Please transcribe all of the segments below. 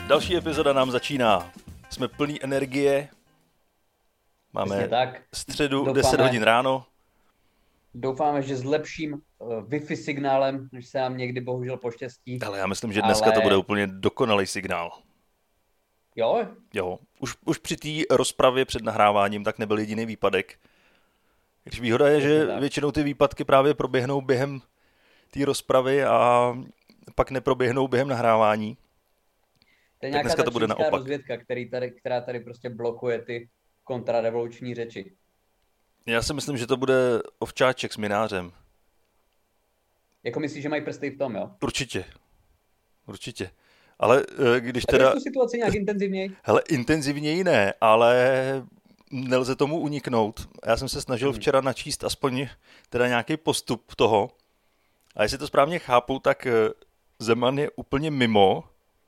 Další epizoda nám začíná. Jsme plný energie. Máme Tak. středu 10 hodin ráno. Doufáme, že s lepším Wi-Fi signálem, než se nám někdy bohužel poštěstí. Ale já myslím, že dneska to bude úplně dokonalý signál. Jo? Jo. Už při té rozpravě před nahráváním tak nebyl jediný výpadek. Když výhoda je, že většinou ty výpadky právě proběhnou během té rozpravy a pak neproběhnou během nahrávání. To je nějaká ta čínská rozvědka, která tady prostě blokuje ty kontrarevoluční řeči. Já si myslím, že to bude ovčáček s minářem. Jako myslíš, že mají prsty v tom, jo? Určitě. Ale když tak teda... tu situaci nějak intenzivněji? Hele, intenzivněji ne, ale nelze tomu uniknout. Já jsem se snažil včera načíst aspoň teda nějaký postup toho. A jestli to správně chápu, tak Zeman je úplně mimo.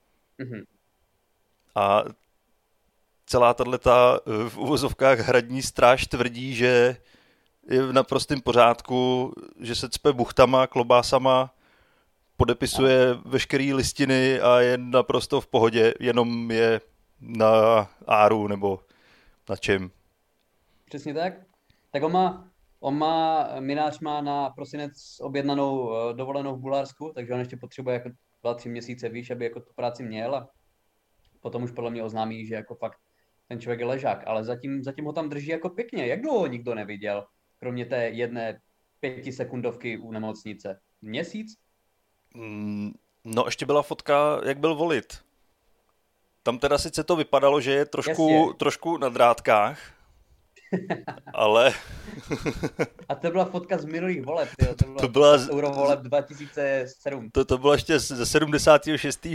A celá tato v uvozovkách hradní stráž tvrdí, že je v naprostém pořádku, že se cpe buchtama, klobásama, podepisuje veškeré listiny a je naprosto v pohodě, jenom je na áru nebo na čem. Přesně tak. Tak Minář má na prosinec objednanou dovolenou v Bulharsku, takže on ještě potřebuje jako 2-3 měsíce, víš, aby jako tu práci měl a potom už podle mě oznámí, že jako fakt ten člověk je ležák, ale zatím ho tam drží jako pěkně. Jak dlouho nikdo neviděl, kromě té jedné 5sekundovky u nemocnice? Měsíc? No ještě byla fotka, jak byl volit. Tam teda sice to vypadalo, že je trošku na drátkách, ale... A to byla fotka z minulých voleb, tyjo. To byla z eurovoleb 2007. To bylo ještě ze 76.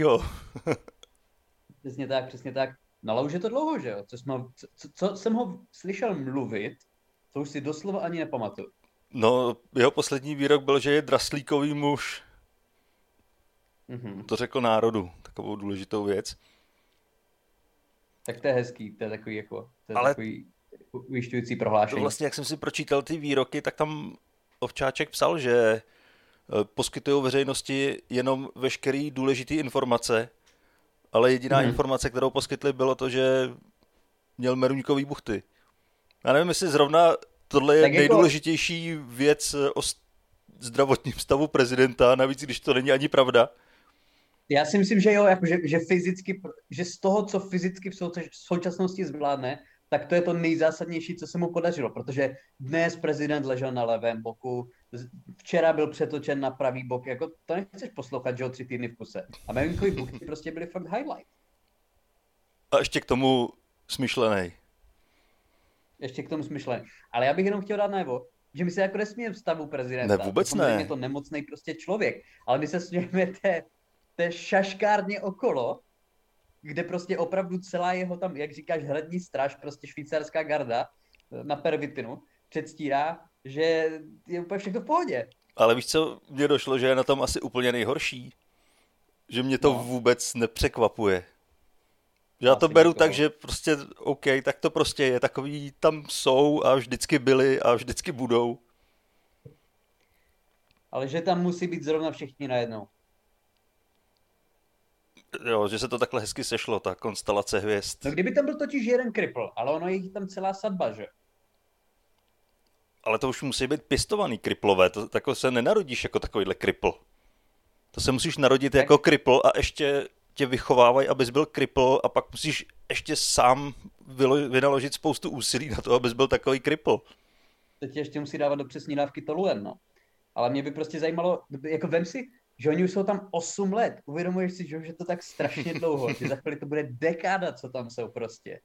Přesně tak. No ale už je to dlouho, že jo? Co jsem ho slyšel mluvit, to už si doslova ani nepamatuju. No, jeho poslední výrok byl, že je draslíkový muž. To řekl národu, takovou důležitou věc. Tak to je hezký, to je takový jako, takový ujišťující prohlášení. To vlastně, jak jsem si pročítal ty výroky, tak tam Ovčáček psal, že poskytují veřejnosti jenom veškerý důležitý informace, ale jediná informace, kterou poskytli, bylo to, že měl meruňkový buchty. Já nevím, jestli zrovna tohle je nejdůležitější věc o zdravotním stavu prezidenta, navíc když to není ani pravda. Já si myslím, že jo, jako, že fyzicky, že z toho, co fyzicky v současnosti zvládne, tak to je to nejzásadnější, co se mu podařilo, protože dnes prezident ležel na levém boku, včera byl přetočen na pravý bok, jako to nechceš poslouchat, že jo, 3 týdny v kuse. A meruňkový buchty prostě byly fakt highlight. A ještě k tomu smyšlenej. Ale já bych jenom chtěl dát najevo, že my se jako nesmíme stavu prezidenta. Ne, vůbec ne. Je to nemocný prostě člověk, ale my se smějeme té šaškárně okolo, kde prostě opravdu celá jeho tam, jak říkáš, hradní stráž, prostě švýcarská garda na pervitinu, předstírá, že je úplně všechno v pohodě. Ale víš co, mně došlo, že je na tom asi úplně nejhorší? Že mě to vůbec nepřekvapuje. Já to beru tak, že prostě OK, tak to prostě je. Takový tam jsou a vždycky byli a vždycky budou. Ale že tam musí být zrovna všichni najednou. Jo, že se to takhle hezky sešlo, ta konstelace hvězd. No kdyby tam byl totiž jeden kripl, ale ono je tam celá sadba, že? Ale to už musí být pěstovaný kriplové, to tako se nenarodíš jako takovýhle kripl. To se musíš narodit jako kripl a ještě tě vychovávají, abys byl kripl a pak musíš ještě sám vynaložit spoustu úsilí na to, abys byl takový kripl. Teď ještě musí dávat do přesní dávky toluen, no. Ale mě by prostě zajímalo, jako vem si, že oni už jsou tam 8 let. Uvědomuješ si, že to tak strašně dlouho, že za chvíli to bude dekáda, co tam jsou prostě.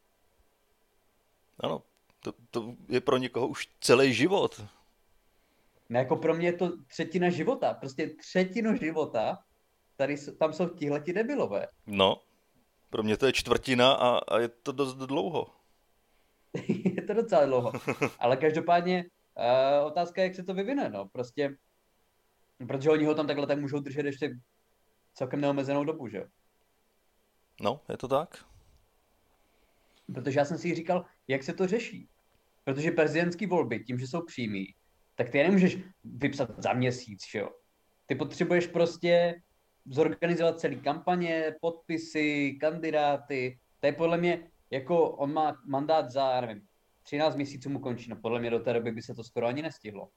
Ano, to je pro někoho už celý život. No jako pro mě je to 1/3 života, prostě 1/3 života, tam jsou tihleti debilové. No, pro mě to je 1/4 a je to dost dlouho. Je to docela dlouho, ale každopádně otázka je, jak se to vyvine, no, prostě, protože oni ho tam takhle tak můžou držet ještě celkem neomezenou dobu, že jo? No, je to tak. Protože já jsem si říkal, jak se to řeší. Protože prezidentský volby, tím, že jsou přímý, tak ty je nemůžeš vypsat za měsíc, že jo? Ty potřebuješ prostě zorganizovat celý kampaně, podpisy, kandidáty. To je podle mě, jako on má mandát za, nevím, 13 měsíců mu končí, no podle mě do té doby by se to skoro ani nestihlo.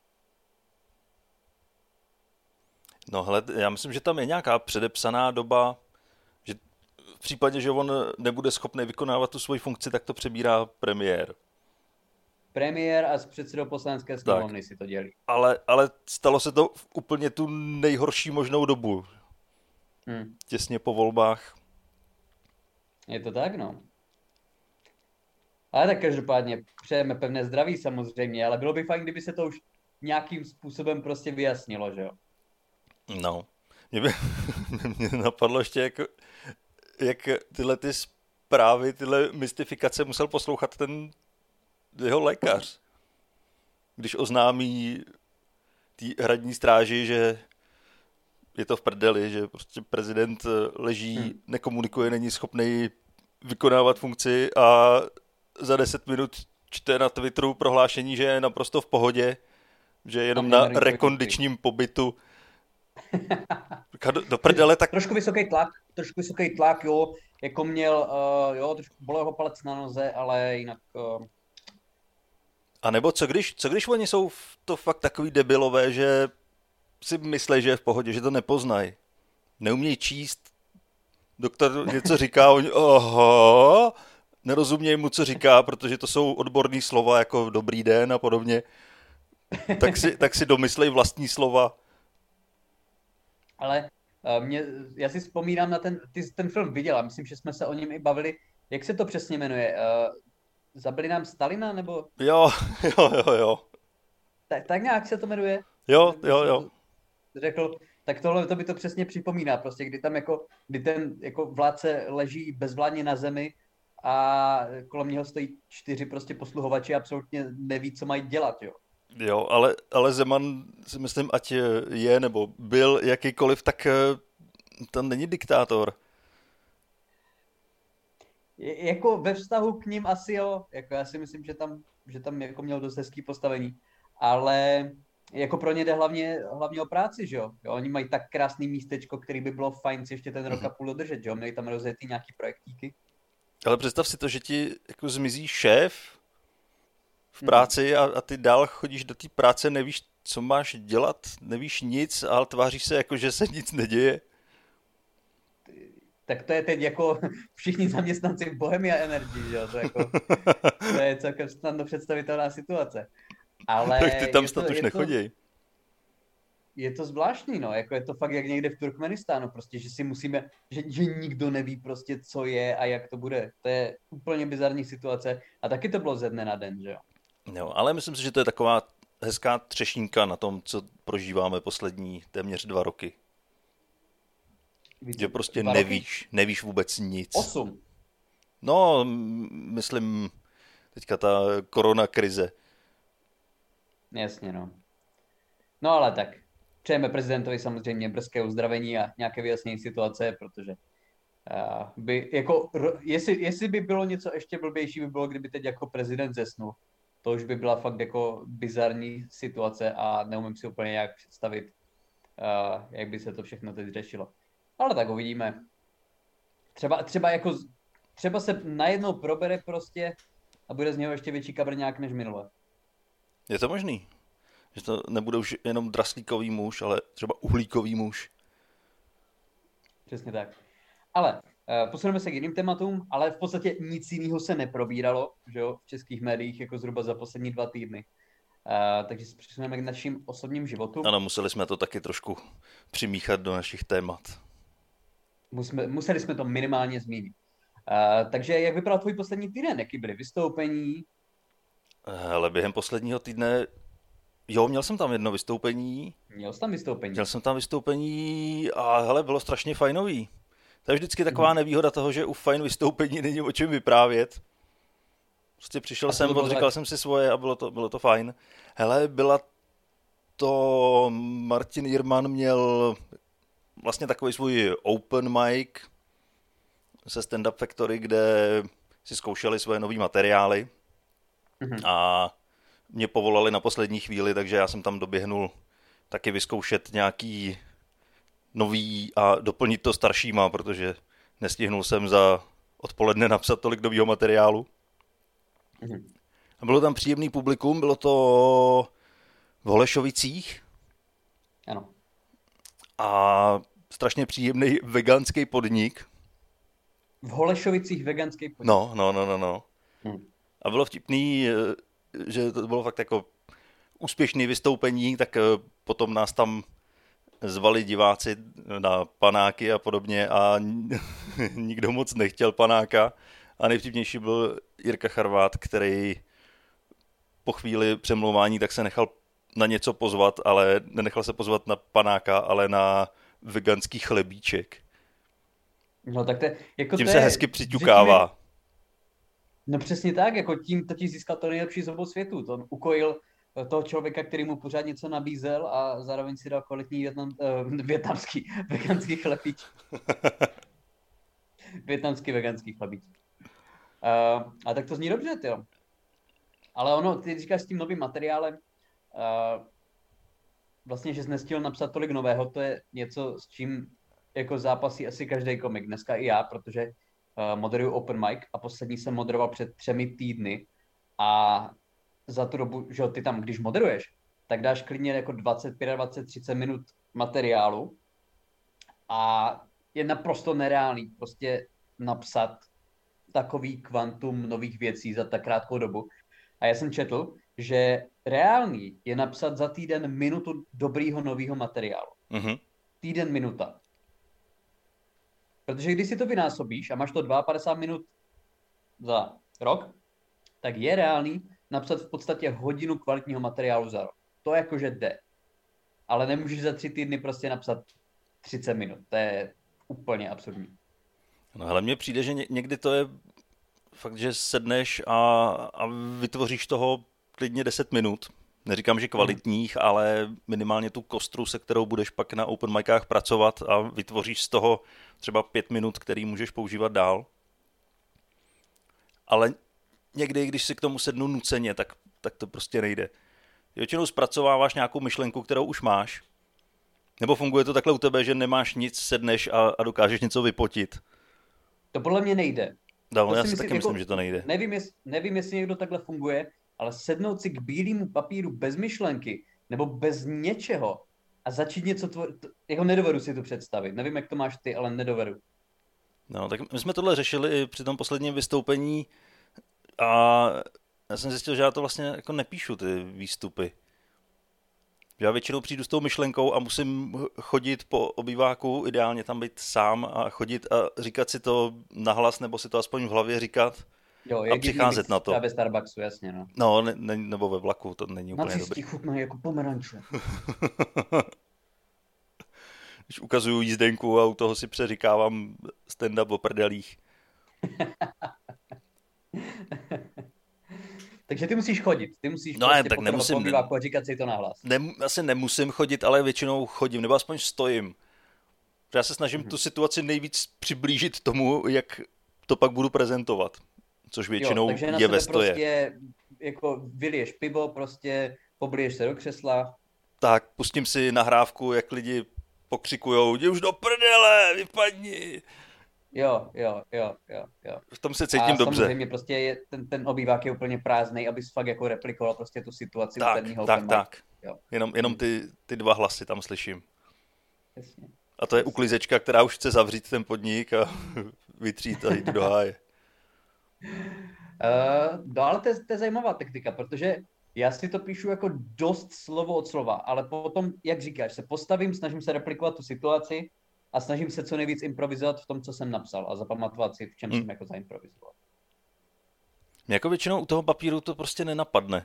No hele, já myslím, že tam je nějaká předepsaná doba, že v případě, že on nebude schopný vykonávat tu svoji funkci, tak to přebírá premiér. Premiér a s předsedou poslanecké sněmovny si to dělí. Ale stalo se to v úplně tu nejhorší možnou dobu. Těsně po volbách. Je to tak, no. Ale tak každopádně přejeme pevné zdraví samozřejmě, ale bylo by fajn, kdyby se to už nějakým způsobem prostě vyjasnilo, že jo? No. Mě napadlo ještě, jak tyhle ty zprávy, tyhle mystifikace musel poslouchat ten jeho lékař. Když oznámí té hradní stráži, že je to v prdeli, že prostě prezident leží, nekomunikuje, není schopný vykonávat funkci a za 10 minut čte na Twitteru prohlášení, že je naprosto v pohodě, že je jenom na rekondičním pobytu. Do prdele, tak... Trošku vysoký tlak, jo, jako měl, jo, trošku bolel ho palec na noze, ale jinak... A nebo co když oni jsou to fakt takový debilové, že si myslí, že je v pohodě, že to nepoznají. Neumějí číst, doktor něco říká, oni oho, nerozumějí mu, co říká, protože to jsou odborný slova jako dobrý den a podobně. Tak si domyslej vlastní slova. Ale já si vzpomínám na ten film viděla, myslím, že jsme se o něm i bavili. Jak se to přesně jmenuje? Zabili nám Stalina, nebo? Jo. Tak nějak se to jmenuje? Jo. Řekl, tak tohle to by to přesně připomíná, prostě, kdy ten jako vládce leží bezvládně na zemi a kolem něho stojí 4 prostě posluhovači a absolutně neví, co mají dělat, jo. Jo, ale Zeman si myslím, ať je nebo byl jakýkoliv, tak tam není diktátor. Jako ve vztahu k ním asi jo, jako já si myslím, že tam jako měl dost hezký postavení, ale jako pro ně jde hlavně o práci, že jo? Oni mají tak krásný místečko, který by bylo fajn si ještě ten rok a půl dodržet, že jo? Měli tam rozjetý nějaký projektíky. Ale představ si to, že ti jako zmizí šéf v práci a ty dál chodíš do té práce, nevíš, co máš dělat, nevíš nic, ale tváříš se jako, že se nic neděje. Tak to je teď jako všichni zaměstnanci v Bohemia Energy, že jo? To je celkem snadno představitelná situace. Ale tak ty tam snad už nechodí. Je to zvláštní, no, jako je to fakt jak někde v Turkmenistánu, prostě, že si musíme, že nikdo neví prostě, co je a jak to bude. To je úplně bizarní situace a taky to bylo ze dne na den, že jo. Jo, ale myslím si, že to je taková hezká třešínka na tom, co prožíváme poslední téměř 2 roky. Že prostě nevíš vůbec nic. 8. No, myslím, teďka ta korona krize. Jasně, no. No ale tak, přejeme prezidentovi samozřejmě brzké uzdravení a nějaké vyjasnění situace, protože jestli by bylo něco ještě blbější, by bylo, kdyby teď jako prezident zesnul. To už by byla fakt jako bizarní situace a neumím si úplně jak představit, jak by se to všechno teď řešilo. Ale tak uvidíme. Třeba se najednou probere prostě a bude z něho ještě větší kabrňák než minule. Je to možný? Že to nebude už jenom draslíkový muž, ale třeba uhlíkový muž. Přesně tak. Ale posuneme se k jiným tématům, ale v podstatě nic jiného se neprobíralo, že jo, v českých médiích jako zhruba za poslední 2 týdny. Takže se přesuneme k našim osobním životům. Ano, museli jsme to taky trošku přimíchat do našich témat. Museli jsme to minimálně zmínit. Takže jak vypadal tvůj poslední týden? Jaký byly vystoupení? Ale během posledního týdne, jo, měl jsem tam jedno vystoupení. Měl jsem tam vystoupení a hele, bylo strašně fajnový. To je vždycky taková nevýhoda toho, že u fajn vystoupení není o čem vyprávět. Prostě přišel jsem, odříkal jsem si svoje a bylo to fajn. Hele, byla to, Martin Jirman měl vlastně takový svůj open mic se Stand Up Factory, kde si zkoušeli svoje nový materiály a mě povolali na poslední chvíli, takže já jsem tam doběhnul taky vyzkoušet nějaký nový a doplnit to staršíma, protože nestihnul jsem za odpoledne napsat tolik nového materiálu. A bylo tam příjemný publikum, bylo to v Holešovicích. Ano. A strašně příjemný veganský podnik. V Holešovicích veganský podnik? No. A bylo vtipný, že to bylo fakt jako úspěšné vystoupení, tak potom nás tam zvali diváci na panáky a podobně a nikdo moc nechtěl panáka. A nejvtipnější byl Jirka Charvát, který po chvíli přemlouvání tak se nechal na něco pozvat, ale nenechal se pozvat na panáka, ale na veganský chlebíček. No tak jako tím se hezky přiťukává. No přesně tak, jako tím totiž získal to nejlepší z obou světů. To ukojil toho člověka, který mu pořád něco nabízel a zároveň si dal kvalitní větnamský veganský chlebíček. Větnamský veganský chlebíček. A tak to zní dobře, tyjo. Ale ono, ty říkáš s tím novým materiálem, vlastně, že jsi nestihl napsat tolik nového, to je něco, s čím jako zápasí asi každý komik. Dneska i já, protože moderuju open mic a poslední jsem moderoval před 3 týdny a za tu dobu, že ty tam, když moderuješ, tak dáš klidně jako 25, 20, 30 minut materiálu a je naprosto nereálný prostě napsat takový kvantum nových věcí za tak krátkou dobu. A já jsem četl, že reálný je napsat za týden minutu dobrýho nového materiálu. Mm-hmm. Týden, minuta. Protože když si to vynásobíš a máš to 52 minut za rok, tak je reálný napsat v podstatě hodinu kvalitního materiálu za rok. To jakože jde. Ale nemůžeš za 3 týdny prostě napsat 30 minut. To je úplně absurdní. No ale mně přijde, že někdy to je fakt, že sedneš a vytvoříš toho klidně 10 minut. Neříkám, že kvalitních, ale minimálně tu kostru, se kterou budeš pak na open micách pracovat a vytvoříš z toho třeba 5 minut, který můžeš používat dál. Ale někdy, když si k tomu sednu nuceně, tak to prostě nejde. Většinou zpracováváš nějakou myšlenku, kterou už máš. Nebo funguje to takhle u tebe, že nemáš nic, sedneš a dokážeš něco vypotit? To podle mě nejde. No, já si taky myslím, že to nejde. Nevím, jestli někdo takhle funguje, ale sednout si k bílému papíru bez myšlenky nebo bez něčeho a začít něco jako nedovedu si to představit. Nevím, jak to máš ty, ale nedovedu. No, tak my jsme tohle řešili i při tom posledním vystoupení a já jsem zjistil, že já to vlastně jako nepíšu, ty výstupy. Já většinou přijdu s tou myšlenkou a musím chodit po obýváku, ideálně tam být sám a chodit a říkat si to nahlas, nebo si to aspoň v hlavě říkat. Jo, a přicházet na to. Třeba ve Starbucksu, jasně, no. No, nebo ve vlaku, to není úplně dobrý. Na cestí chutnají jako pomeranče. Když ukazuju jízdenku a u toho si přeříkávám stand-up o prdelích. Takže ty musíš chodit, ty musíš tak nemusím, a říkat si to nahlas. Asi nemusím chodit, ale většinou chodím, nebo aspoň stojím. Já se snažím tu situaci nejvíc přiblížit tomu, jak to pak budu prezentovat. Což většinou je ve stoje. Prostě jako vyliješ pivo, prostě pobliješ se do křesla. Tak, pustím si nahrávku, jak lidi pokřikujou, jdi už do prdele, vypadni. Jo. V tom se cítím dobře. Samozřejmě prostě ten obývák je úplně prázdnej, abys fakt jako replikoval prostě tu situaci. Tak. Jenom ty 2 hlasy tam slyším. Jasně. A to je uklizečka, která už chce zavřít ten podnik a vytřít a jít do háje. Ale to je zajímavá taktika, protože já si to píšu jako dost slovo od slova, ale potom, jak říkáš, se postavím, snažím se replikovat tu situaci a snažím se co nejvíc improvizovat v tom, co jsem napsal a zapamatovat si, v čem jsem jako zaimprovizoval. Mě jako většinou u toho papíru to prostě nenapadne.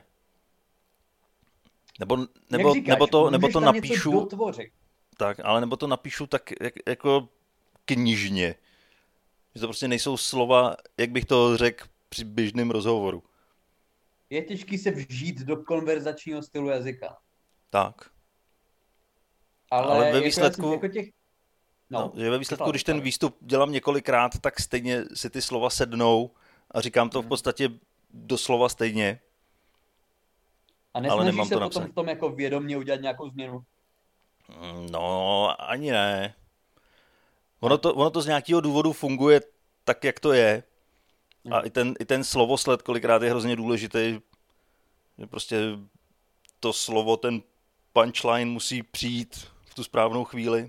Nebo to napíšu. Tak, ale nebo to napíšu tak jako knižně. Že to prostě nejsou slova, jak bych to řekl při běžném rozhovoru. Je těžký se vžít do konverzačního stylu jazyka. Tak. Ale ve výsledku, ve výsledku, když ten výstup dělám několikrát, tak stejně si ty slova sednou a říkám to v podstatě doslova stejně. A nesnažíš se potom v tom jako vědomě udělat nějakou změnu? No, ani ne. Ono to z nějakého důvodu funguje tak, jak to je. A i ten slovosled kolikrát je hrozně důležitý. Že prostě to slovo, ten punchline musí přijít v tu správnou chvíli.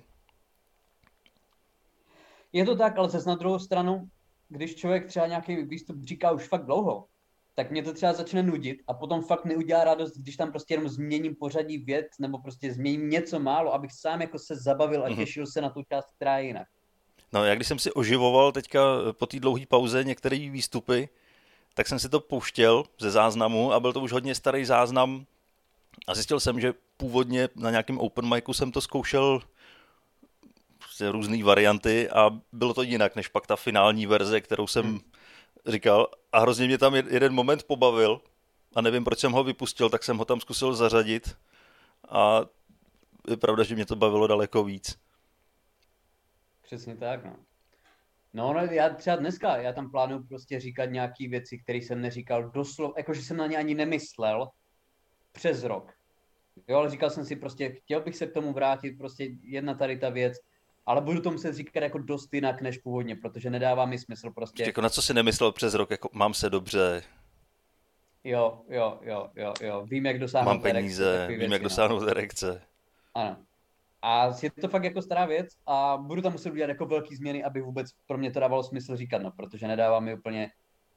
Je to tak, ale zase na druhou stranu, když člověk třeba nějaký výstup říká už fakt dlouho, tak mě to třeba začne nudit a potom fakt neudělá radost, když tam prostě jenom změním pořadí vět nebo prostě změním něco málo, abych sám jako se zabavil a těšil se na tu část, která je jinak. No, já když jsem si oživoval teďka po té dlouhé pauze některé výstupy, tak jsem si to pouštěl ze záznamu a byl to už hodně starý záznam a zjistil jsem, že původně na nějakém open micu jsem to zkoušel prostě různé varianty a bylo to jinak, než pak ta finální verze, kterou jsem říkal a hrozně mě tam jeden moment pobavil a nevím, proč jsem ho vypustil, tak jsem ho tam zkusil zařadit a je pravda, že mě to bavilo daleko víc. Přesně tak, no. No, já třeba dneska, já tam plánuju prostě říkat nějaký věci, které jsem neříkal doslov, jakože jsem na ně ani nemyslel přes rok. Jo, ale říkal jsem si prostě, chtěl bych se k tomu vrátit, prostě jedna tady ta věc, ale budu to muset říkat jako dost jinak než původně, protože nedává mi smysl prostě. Jako na co si nemyslel přes rok, jako mám se dobře. Jo. Vím, jak dosáhnout mám peníze, vím, jak dosáhnout erekce. Ano. A je to fakt jako stará věc a budu tam muset udělat jako velký změny, aby vůbec pro mě to dávalo smysl říkat, no, protože nedává mi úplně,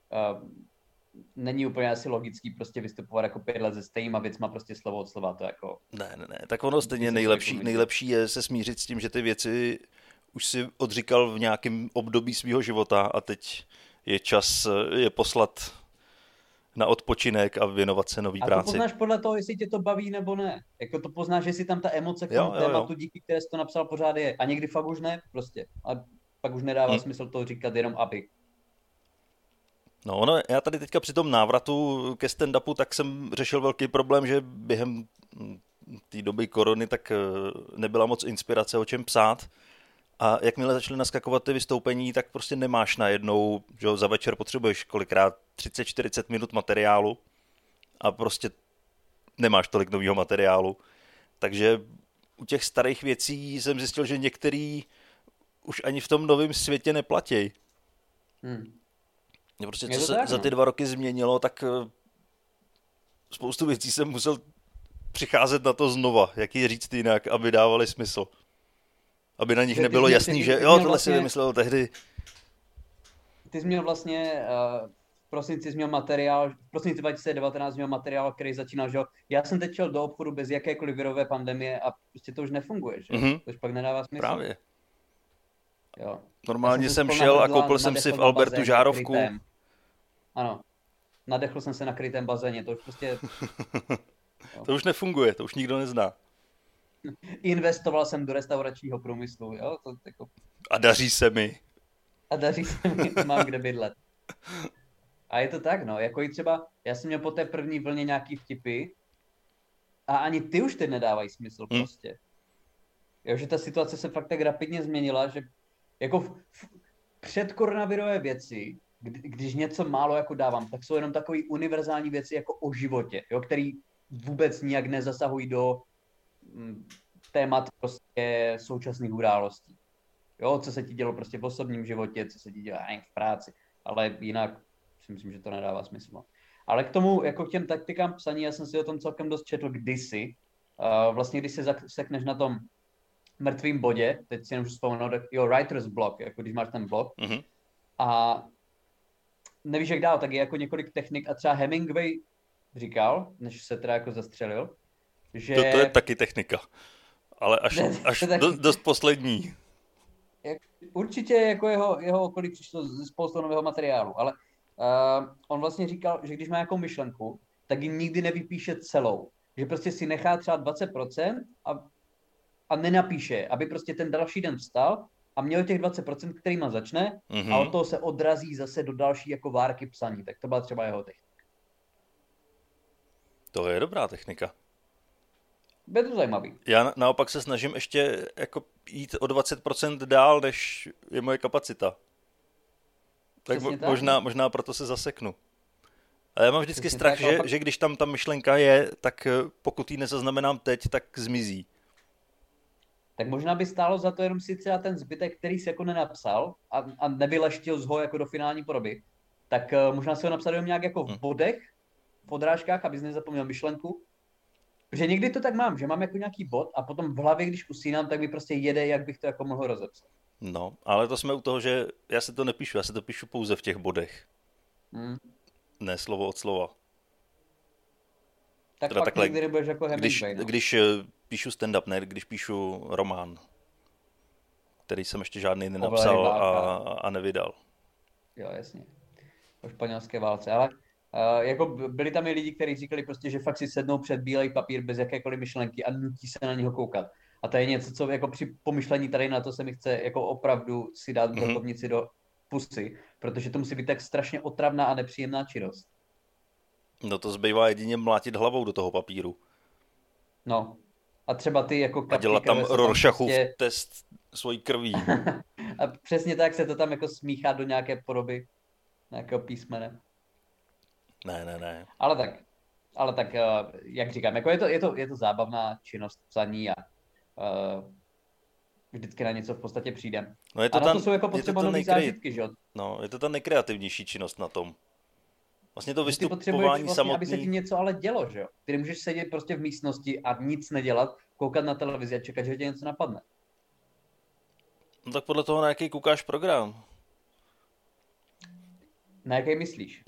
není úplně asi logický prostě vystupovat jako 5 let se stejnýma věcma prostě slovo od slova, to jako... Ne, tak ono stejně nejlepší je se smířit s tím, že ty věci už si odříkal v nějakém období svého života a teď je čas je poslat na odpočinek a věnovat se nový práci. A to poznáš podle toho, jestli tě to baví nebo ne. Jako to poznáš, jestli tam ta emoce k tomu tématu, díky které jsi to napsal, pořád je. A někdy fakt už ne, prostě. A pak už nedává smysl to říkat jenom aby. No, já tady teďka při tom návratu ke stand-upu, tak jsem řešil velký problém, že během té doby korony tak nebyla moc inspirace, o čem psát. A jakmile začaly naskakovat ty vystoupení, tak prostě nemáš najednou, že za večer potřebuješ kolikrát 30-40 minut materiálu a prostě nemáš tolik nového materiálu. Takže u těch starých věcí jsem zjistil, že některý už ani v tom novém světě neplatí. Prostě co se za ty 2 roky změnilo, tak spoustu věcí jsem musel přicházet na to znova, jak je říct jinak, aby dávali smysl. Aby na nich nebylo jasný, že jo, tohle si vymyslel tehdy. Ty jsi měl vlastně v prosinci měl materiál, v prosinci 2019 měl materiál, který začínal, že já jsem teď šel do obchodu bez jakékoliv virové pandemie a prostě to už nefunguje, že? To už pak nedává smysl. Právě. Jo. Normálně jsem šel a koupil jsem si v Albertu žárovku. Ano. Nadechl jsem se na krytém bazéně, to už prostě... To už nefunguje, to už nikdo nezná. Investoval jsem do restauračního průmyslu, jo? To jako... A daří se mi. Mám kde bydlet. A je to tak, no, jako i třeba, já jsem měl po té první vlně nějaký vtipy a ani ty už teď nedávají smysl prostě. Jo, že ta situace se fakt tak rapidně změnila, že jako v před koronavirové věci, když něco málo jako dávám, tak jsou jenom takové univerzální věci jako o životě, jo, který vůbec nijak nezasahují do témat prostě současných událostí. Jo, co se ti dělo prostě v osobním životě, co se ti dělá v práci, ale jinak si myslím, že to nedává smysl. Ale k tomu, jako k těm taktikám psaní, já jsem si o tom celkem dost četl kdysi. Vlastně, když se sekneš na tom mrtvým bodě, teď si nemůžu vzpomenout, jo, writer's block, jako když máš ten blok. A nevíš, jak dál, tak je jako několik technik a třeba Hemingway říkal, než se teda jako zastřelil, že... To je taky technika, ale až dost poslední. Určitě jako jeho okolí přišlo spoustu nového materiálu, ale on vlastně říkal, že když má nějakou myšlenku, tak ji nikdy nevypíše celou. Že prostě si nechá třeba 20% a nenapíše, aby prostě ten další den vstal a měl těch 20%, kterýma začne a od toho se odrazí zase do další jako várky psaní. Tak to byla třeba jeho technika. To je dobrá technika. Je to zajímavý. Já naopak se snažím ještě jako jít o 20% dál, než je moje kapacita. Tak možná proto se zaseknu. Ale já mám vždycky strach, že když tam ta myšlenka je, tak pokud ji nezaznamenám teď, tak zmizí. tak možná by stálo za to jenom si třeba ten zbytek, který si jako nenapsal a nevyleštil z ho jako do finální podoby, tak možná si ho napsat jenom nějak jako v bodech, v odrážkách, abys nezapomněl myšlenku. Protože někdy to tak mám, že mám jako nějaký bod a potom v hlavě, když usínám, tak mi prostě jede, jak bych to jako mohl rozepsat. No, ale to jsme u toho, že já si to nepíšu, já si to píšu pouze v těch bodech. Ne slovo od slova. Tak Teda pak takhle, někdy nebudeš jako Hemingway, no. když píšu stand-up, ne, když píšu román, který jsem ještě žádný nenapsal a nevydal. Jo, jasně. O španělské válce, ale jako byli tam i lidi, kteří říkali prostě, že fakt si sednou před bílej papír bez jakékoliv myšlenky a nutí se na něho koukat. A to je něco, co jako při pomyšlení tady na to se mi chce jako opravdu si dát brokovnici do pusy, protože to musí být tak strašně otravná a nepříjemná činnost. No to zbývá jedině mlátit hlavou do toho papíru. No. A třeba ty jako kapky a dělat tam Rorschachův prostě... test svojí krví. A přesně tak se to tam jako smíchá do nějaké podoby, nějakého písmene. Ne. Ale tak, jak říkám, jako je to zábavná činnost psaní a vždycky na něco v podstatě přijdem. No je to a na to jsou jako potřeba nový zážitky, že jo? No, je to ta nejkreativnější činnost na tom. Vlastně to vystupování vlastně, samotný... aby se ti něco ale dělo, že jo? Ty nemůžeš sedět prostě v místnosti a nic nedělat, koukat na televizi a čekat, že tě něco napadne. No tak podle toho, na jaký koukáš program. Na jaký myslíš?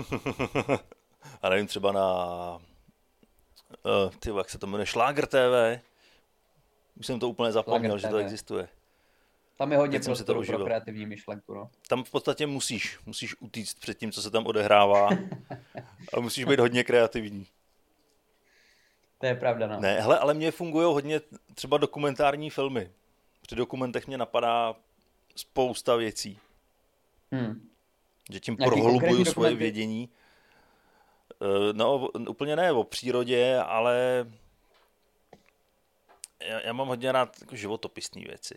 A nevím, třeba na... jak se to jmenuje? Šlágr TV. Už jsem to úplně zapomněl, že to existuje. Tam je hodně prostoru pro kreativní myšlenku, no. Tam v podstatě musíš utíct před tím, co se tam odehrává a musíš být hodně kreativní. To je pravda, no. Ne, hele, ale mně fungují hodně třeba dokumentární filmy. Při dokumentech mě napadá spousta věcí. Že tím prohlubuju svoje vědění. No, úplně ne o přírodě, ale já mám hodně rád jako životopisné věci.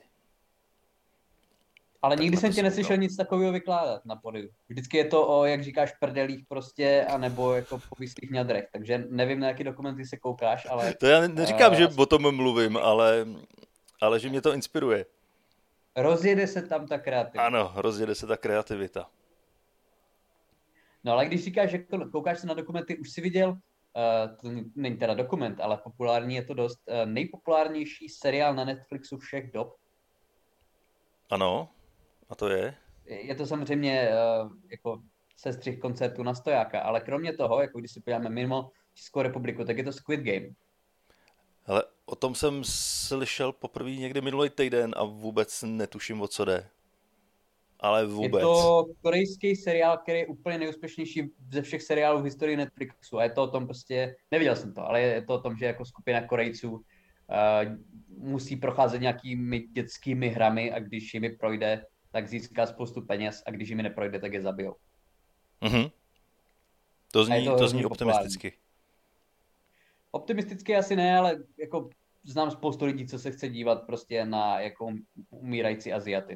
Ale nikdy jsem tě neslyšel nic takového vykládat na podiu. Vždycky je to o, jak říkáš, prdelích prostě, anebo jako povislých ňadrech. Takže nevím, na jaký dokumenty se koukáš, ale... To já neříkám, že o tom mluvím, ale že mě to inspiruje. Rozjede se tam ta kreativita. Ano, rozjede se ta kreativita. No ale když říkáš, že koukáš se na dokumenty, už si viděl, to není teda dokument, ale populární je to dost, nejpopulárnější seriál na Netflixu všech dob. Ano, a to je? Je to samozřejmě jako sestřih koncertu na stojáka, ale kromě toho, jako když si podíváme mimo Českou republiku, tak je to Squid Game. Hele, o tom jsem slyšel poprvé někdy minulý týden a vůbec netuším, o co jde. Ale vůbec. Je to korejský seriál, který je úplně nejúspěšnější ze všech seriálů v historii Netflixu. A je to o tom prostě, neviděl jsem to, ale je to o tom, že jako skupina Korejců musí procházet nějakými dětskými hrami a když jimi projde, tak získá spoustu peněz a když jimi neprojde, tak je zabijou. Mhm. To zní optimisticky. Optimisticky asi ne, ale jako znám spoustu lidí, co se chce dívat prostě na jako umírající Aziaty.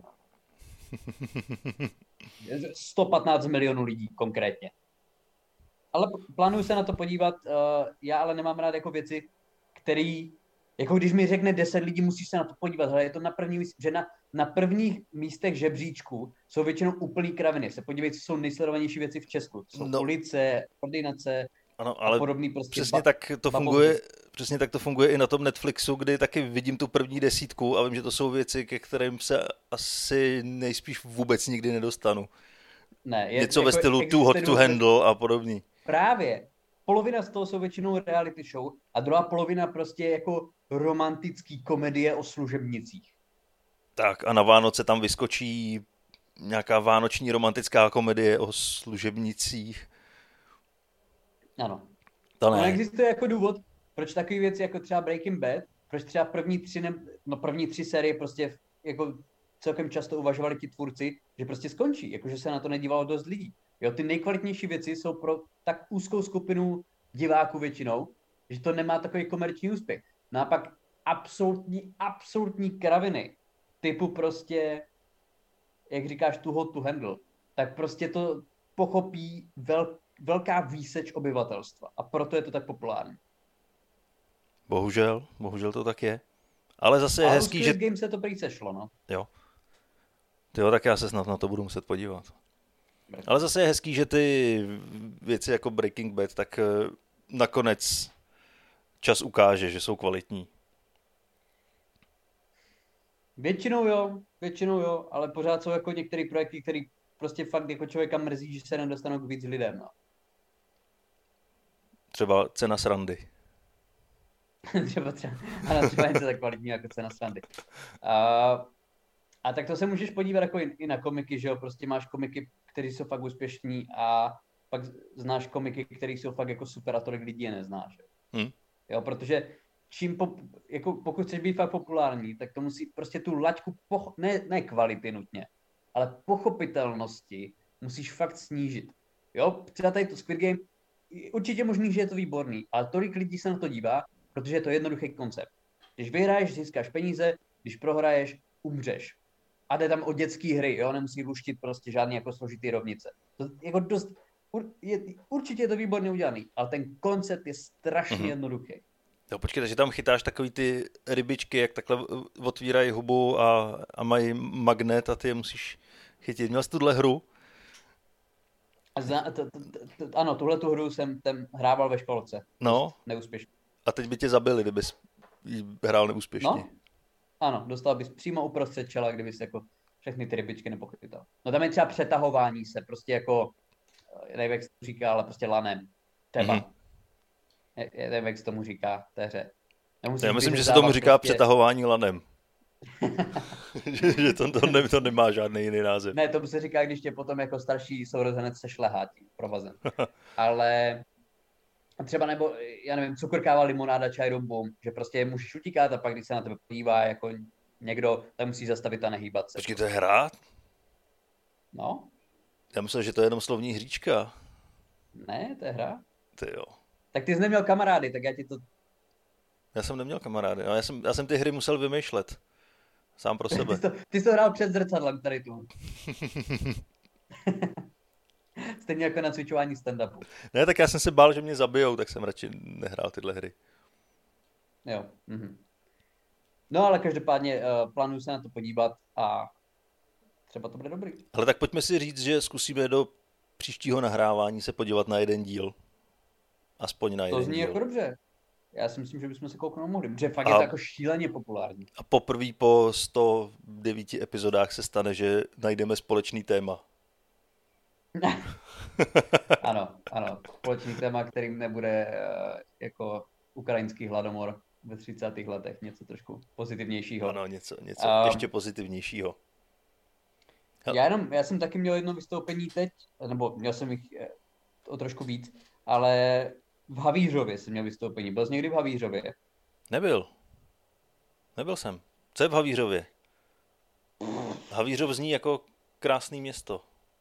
115 milionů lidí konkrétně. Ale plánuju se na to podívat, já ale nemám rád jako věci, které, jako když mi řekne 10 lidí, musíš se na to podívat, ale je to na první místě, že na prvních místech žebříčku jsou většinou úplný kraviny. Se podívej, co jsou nejsledovanější věci v Česku. Jsou ulice, ordinace, ano, ale podobný prostě přesně tak to funguje i na tom Netflixu, kdy taky vidím tu první 10 a vím, že to jsou věci, ke kterým se asi nejspíš vůbec nikdy nedostanu. Ne, něco ve stylu Too Hot to Handle a podobný. Právě. Polovina z toho jsou většinou reality show a druhá polovina prostě jako romantický komedie o služebnicích. Tak a na Vánoce tam vyskočí nějaká vánoční romantická komedie o služebnicích. Ano. To ne. Existuje jako důvod, proč takové věci jako třeba Breaking Bad, proč třeba první tři série prostě jako celkem často uvažovali ti tvůrci, že prostě skončí, jakože se na to nedívalo dost lidí. Jo, ty nejkvalitnější věci jsou pro tak úzkou skupinu diváků většinou, že to nemá takový komerční úspěch. No a pak absolutní kraviny, typu prostě, jak říkáš, Too Hot to Handle, tak prostě to pochopí velká výseč obyvatelstva a proto je to tak populární. Bohužel to tak je. Ale zase je Ale u hezký, Squid že... Game se to prý sešlo, no. Jo. Tyjo, tak já se snad na to budu muset podívat. Ale zase je hezký, že ty věci jako Breaking Bad, tak nakonec čas ukáže, že jsou kvalitní. Většinou jo, ale pořád jsou jako některé projekty, které prostě fakt jako člověka mrzí, že se nedostanou k víc lidem, no. Třeba Cena srandy. třeba něco tak kvalitní jako Cena srandy. A tak to se můžeš podívat jako i na komiky, že jo, prostě máš komiky, které jsou fakt úspěšní a pak znáš komiky, které jsou fakt jako super a tolik lidí je neznáš. Jo, protože jako pokud chceš být fakt populární, tak to musí prostě tu laťku, ne kvality nutně, ale pochopitelnosti musíš fakt snížit. Jo, třeba tady to Squid Game, určitě možný, že je to výborný, ale tolik lidí se na to dívá, protože je to jednoduchý koncept. Když vyhraješ, získáš peníze, když prohraješ, umřeš. A jde tam o dětský hry, jo, nemusí luštit prostě žádný jako složitý rovnice. To jako dost, určitě je to výborně udělaný, ale ten koncept je strašně jednoduchý. Jo, počkej, takže tam chytáš takový ty rybičky, jak takhle otvírají hubu a mají magnet a ty je musíš chytit. Měl jsi tuhle hru? Ano, tuhle tu hru jsem hrával ve školce. No. Neúspěšně. A teď by tě zabili, kdybys hrál neúspěšně. No, ano, dostal bys přímo uprostřed čela, kdybys jako všechny ty rybičky nepochytal. No tam je třeba přetahování se, prostě jako, nevím, jak se to říká, ale prostě lanem. Třeba. Nevím, jak se tomu říká v té hře. Já myslím, že se tomu říká prostě... přetahování lanem. že to nemá žádný jiný název. Ne, tomu se říká, když tě potom jako starší sourozenec se šlehá tím provazem. Ale třeba nebo, já nevím, cukrkáva, limonáda, čaj, rum, bum, že prostě můžeš utíkat a pak, když se na tebe podívá jako někdo, tak musí zastavit a nehýbat se. Počkej, to je hra? No. Já myslel, že to je jenom slovní hříčka. Ne, to je hra. Ty jo. Tak ty jsi neměl kamarády, tak já ti to... Já jsem neměl kamarády, já jsem ty hry musel vymýšlet. Sám pro sebe. Ty jsi to hrál před zrcadlem tady tu. Stejně jako na cvičování stand-upu. Ne, tak já jsem se bál, že mě zabijou, tak jsem radši nehrál tyhle hry. Jo. No ale každopádně plánuju se na to podívat a třeba to bude dobrý. Ale tak pojďme si říct, že zkusíme do příštího nahrávání se podívat na jeden díl. Aspoň na jeden díl. To zní jako dobře. Já si myslím, že bychom se kouknout mohli, protože fakt je to jako šíleně populární. A poprvé po 109 epizodách se stane, že najdeme společný téma. Ano. Společný téma, kterým nebude jako ukrajinský hladomor ve 30. letech. Něco trošku pozitivnějšího. Ano, něco ještě pozitivnějšího. Já jsem taky měl jedno vystoupení teď, nebo měl jsem jich o trošku víc, ale v Havířově jsem měl vystoupení. Byl jsi někdy v Havířově? Nebyl jsem. Co je v Havířově? Havířov zní jako krásný město.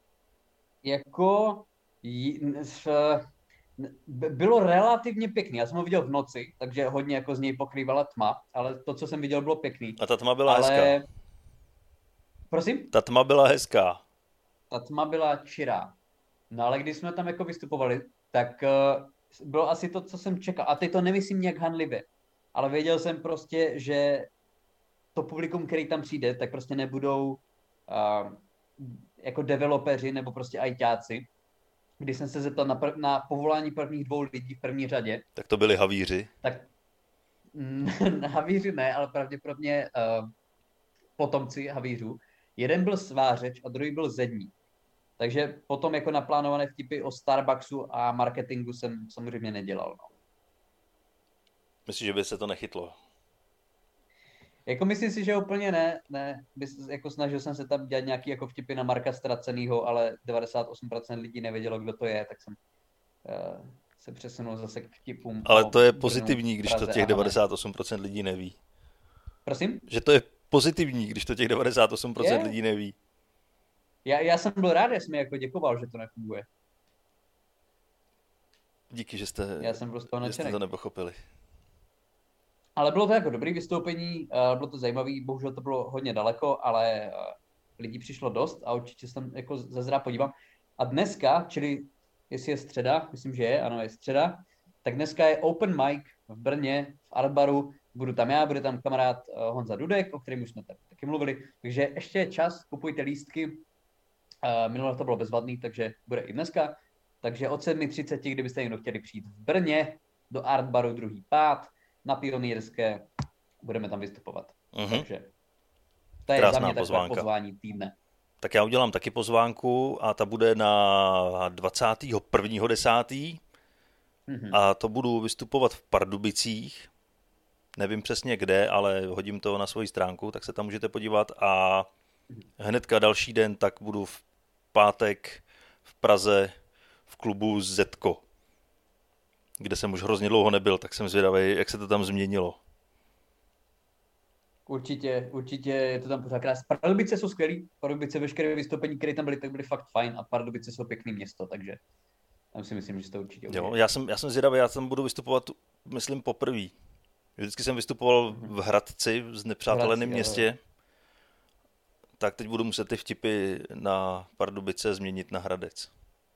Bylo relativně pěkný. Já jsem ho viděl v noci, takže hodně jako z něj pokrývala tma, ale to, co jsem viděl, bylo pěkný. A ta tma byla hezká. Prosím? Ta tma byla hezká. Ta tma byla čirá. No ale když jsme tam jako vystupovali, tak bylo asi to, co jsem čekal. A teď to nemyslím nějak hanlivě, ale věděl jsem prostě, že to publikum, který tam přijde, tak prostě nebudou jako developeři nebo prostě ajťáci. Když jsem se zeptal na povolání prvních 2 lidí v první řadě. Tak to byli havíři? Tak havíři ne, ale pravděpodobně potomci havířů. Jeden byl svářeč a druhý byl zedník. Takže potom jako naplánované vtipy o Starbucksu a marketingu jsem samozřejmě nedělal. No. Myslíš, že by se to nechytlo? Jako myslím si, že úplně ne. Jako snažil jsem se tam dělat nějaký jako vtipy na Marka Ztracenýho, ale 98% lidí nevědělo, kdo to je, tak jsem se přesunul zase k vtipům. Ale to je pozitivní, když to těch 98% lidí neví. Prosím? Že to je pozitivní, když to těch 98% lidí neví. Já jsem byl rád, já jsem mi jako děkoval, že to nefunguje. Díky, že jste to nepochopili. Ale bylo to jako dobrý vystoupení, bylo to zajímavý, bohužel to bylo hodně daleko, ale lidí přišlo dost a určitě se tam jako zazrá podívám. A dneska, čili jestli je středa, myslím, že je, ano, je středa, tak dneska je open mic v Brně, v Artbaru budu tam já, bude tam kamarád Honza Dudek, o kterém už jsme taky mluvili, takže ještě je čas, kupujte lístky, minule to bylo bezvadný, takže bude i dneska, takže od 7:30, kdybyste někdo chtěli přijít v Brně, do Art Baru druhý pád, na Pionýrské, budeme tam vystupovat. Takže to je krásná za mě takové pozvánka. pozvání týdne. Tak já udělám taky pozvánku a ta bude na 21.10. A to budu vystupovat v Pardubicích. Nevím přesně kde, ale hodím to na svoji stránku, tak se tam můžete podívat. A hnedka další den tak budu v pátek v Praze v klubu Zetko, kde jsem už hrozně dlouho nebyl, tak jsem zvědavý, jak se to tam změnilo. Určitě je to tam pořád krásné. Pardubice jsou skvělý, Pardubice veškeré vystoupení, které tam byly, tak byly fakt fajn a Pardubice jsou pěkný město, takže tam si myslím, že to určitě udělá. Jo, já jsem zvědavý, já tam budu vystupovat, myslím, poprvé. Vždycky jsem vystupoval v Hradci, v znepřáteleném městě, tak teď budu muset ty vtipy na Pardubice změnit na Hradec.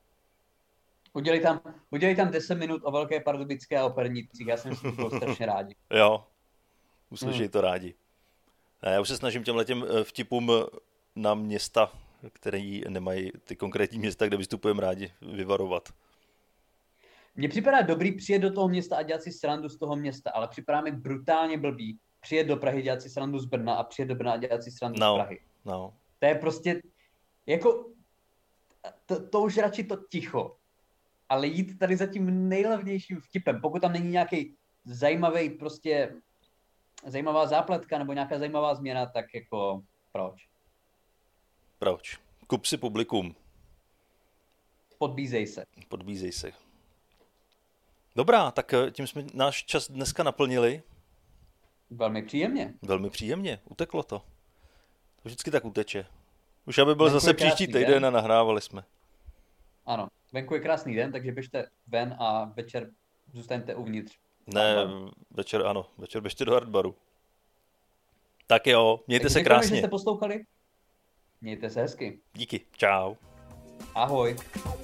Udělej tam 10 minut o Velké Pardubické a o Pernicích, já jsem si to strašně rádi. Jo, uslyšej to rádi. Ne, já už se snažím těmhletěm vtipům na města, které nemají ty konkrétní města, kde vystupujeme rádi, vyvarovat. Mně připadá dobrý přijet do toho města a dělat si srandu z toho města, ale připadá mi brutálně blbý přijet do Prahy, dělat si srandu z Brna a přijet do Brna a dělat si srandu z Prahy. No. To je prostě, jako, to už radši to ticho, ale jít tady za tím nejlevnějším vtipem, pokud tam není nějaký zajímavý prostě, zajímavá zápletka nebo nějaká zajímavá změna, tak jako proč? Proč? Kup si publikum. Podbízej se. Dobrá, tak tím jsme náš čas dneska naplnili. Velmi příjemně, uteklo to. To vždycky tak uteče. Už aby byl zase příští týden a nahrávali jsme. Ano, venku je krásný den, takže běžte ven a večer zůstaňte uvnitř. Ne, večer běžte do Artbaru. Tak jo, mějte se krásně. Děkujeme, že jste poslouchali. Mějte se hezky. Díky, čau. Ahoj.